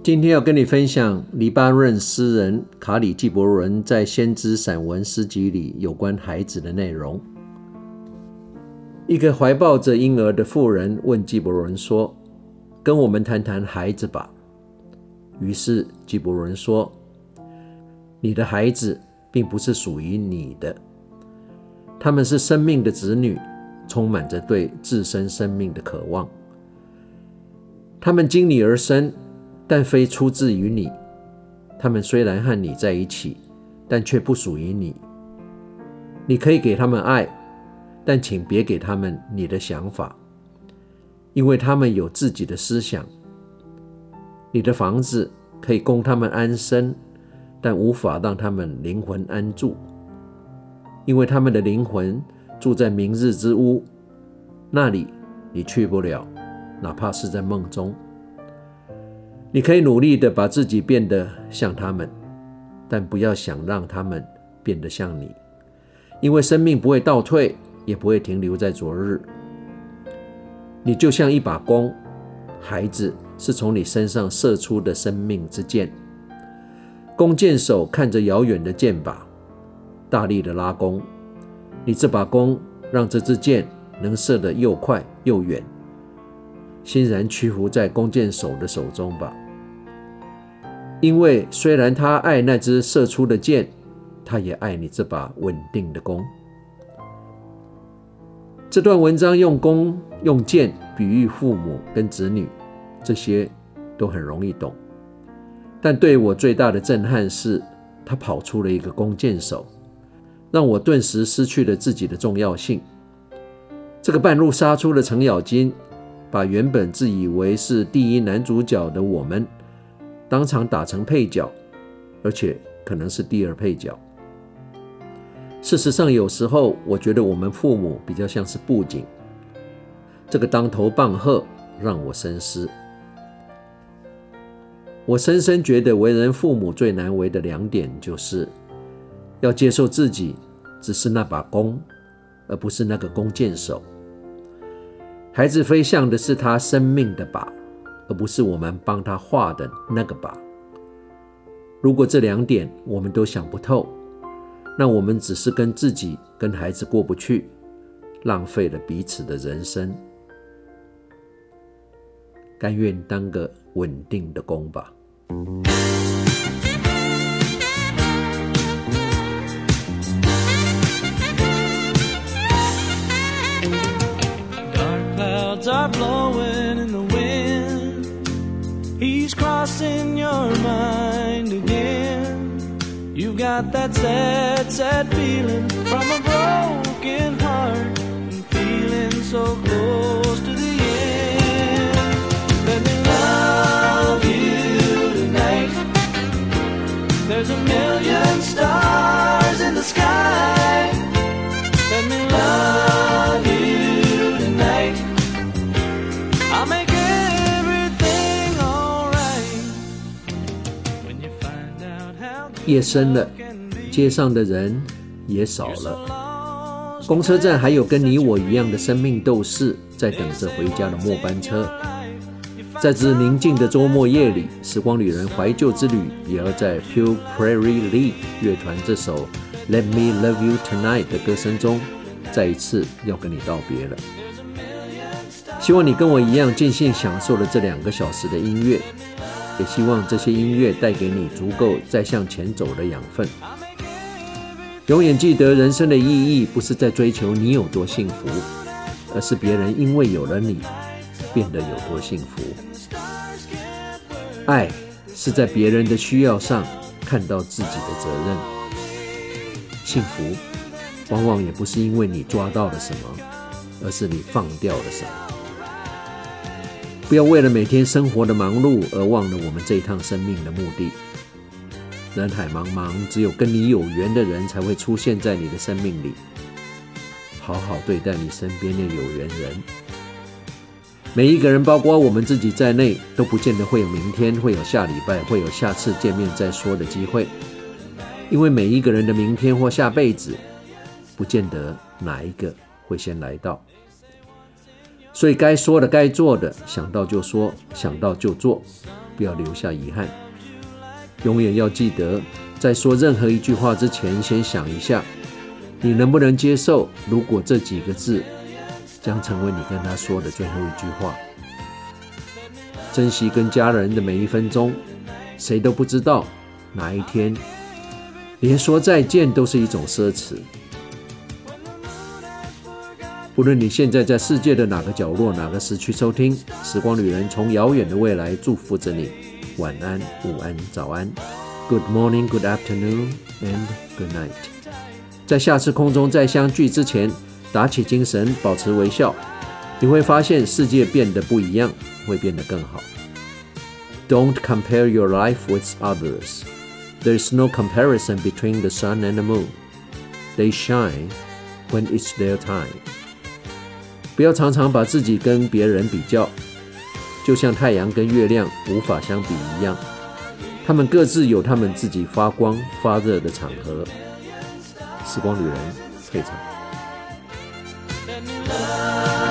今天要跟你分享黎巴嫩诗人卡里纪伯伦在先知散文诗集里有关孩子的内容。一个怀抱着婴儿的妇人问纪伯伦说，跟我们谈谈孩子吧。于是纪伯伦说，你的孩子并不是属于你的，他们是生命的子女，充满着对自身生命的渴望。他们经你而生，但非出自于你。他们虽然和你在一起，但却不属于你。你可以给他们爱，但请别给他们你的想法，因为他们有自己的思想。你的房子可以供他们安身，但无法让他们灵魂安住，因为他们的灵魂住在明日之屋，那里你去不了，哪怕是在梦中。你可以努力地把自己变得像他们，但不要想让他们变得像你，因为生命不会倒退，也不会停留在昨日。你就像一把弓，孩子是从你身上射出的生命之箭。弓箭手看着遥远的箭靶，大力的拉弓。你这把弓让这支箭能射得又快又远，欣然屈服在弓箭手的手中吧。因为虽然他爱那支射出的箭，他也爱你这把稳定的弓。这段文章用弓用箭比喻父母跟子女，这些都很容易懂。但对我最大的震撼是，他跑出了一个弓箭手，让我顿时失去了自己的重要性。这个半路杀出的程咬金，把原本自以为是第一男主角的我们，当场打成配角，而且可能是第二配角。事实上，有时候我觉得我们父母比较像是布景。这个当头棒喝让我深思。我深深觉得为人父母最难为的两点，就是要接受自己只是那把弓，而不是那个弓箭手。孩子飞向的是他生命的靶，而不是我们帮他画的那个靶。如果这两点我们都想不透，那我们只是跟自己跟孩子过不去，浪费了彼此的人生。甘愿当个稳定的弓吧。 Clouds are blowing in the wind. He's crossing your mind again. You've got that sad, sad feeling from a broken heart, and feeling so close to the end. Let me love you tonight. There's a million stars in the sky. Let me love you tonight. I'll make everything alright. When you find out how 夜深了，街上的人也少了，公车站还有跟你我一样的生命斗士在等着回家的末班车。在这宁静的周末夜里，时光旅人怀旧之旅也要在 Pure Prairie League 乐团这首 Let Me Love You Tonight 的歌声中，再一次要跟你道别了。希望你跟我一样尽兴享受了这2个小时的音乐，也希望这些音乐带给你足够再向前走的养分。永远记得，人生的意义不是在追求你有多幸福，而是别人因为有了你变得有多幸福。爱是在别人的需要上看到自己的责任。幸福往往也不是因为你抓到了什么，而是你放掉了什么。不要为了每天生活的忙碌而忘了我们这一趟生命的目的。人海茫茫，只有跟你有缘的人才会出现在你的生命里。好好对待你身边的有缘人。每一个人，包括我们自己在内，都不见得会有明天，会有下礼拜，会有下次见面再说的机会。因为每一个人的明天或下辈子，不见得哪一个会先来到。所以该说的该做的，想到就说，想到就做，不不要留下遗憾。永远要记得，在说任何一句话之前，先想一下，你能不能接受，如果这几个字将成为你跟他说的最后一句话。珍惜跟家人的每一分钟，谁都不知道哪一天连说再见都是一种奢侈。不论你现在在世界的哪个角落、哪个时区收听，时光旅人从遥远的未来祝福着你。晚安、午安、早安 Good morning, good afternoon, and good night。 在下次空中再相聚之前，打起精神，保持微笑，你会发现世界变得不一样，会变得更好。 Don't compare your life with others. There is no comparison between the sun and the moon. They shine when it's their time. 不要常常把自己跟别人比较，就像太阳跟月亮无法相比一样，他们各自有他们自己发光发热的场合。时光旅人退场。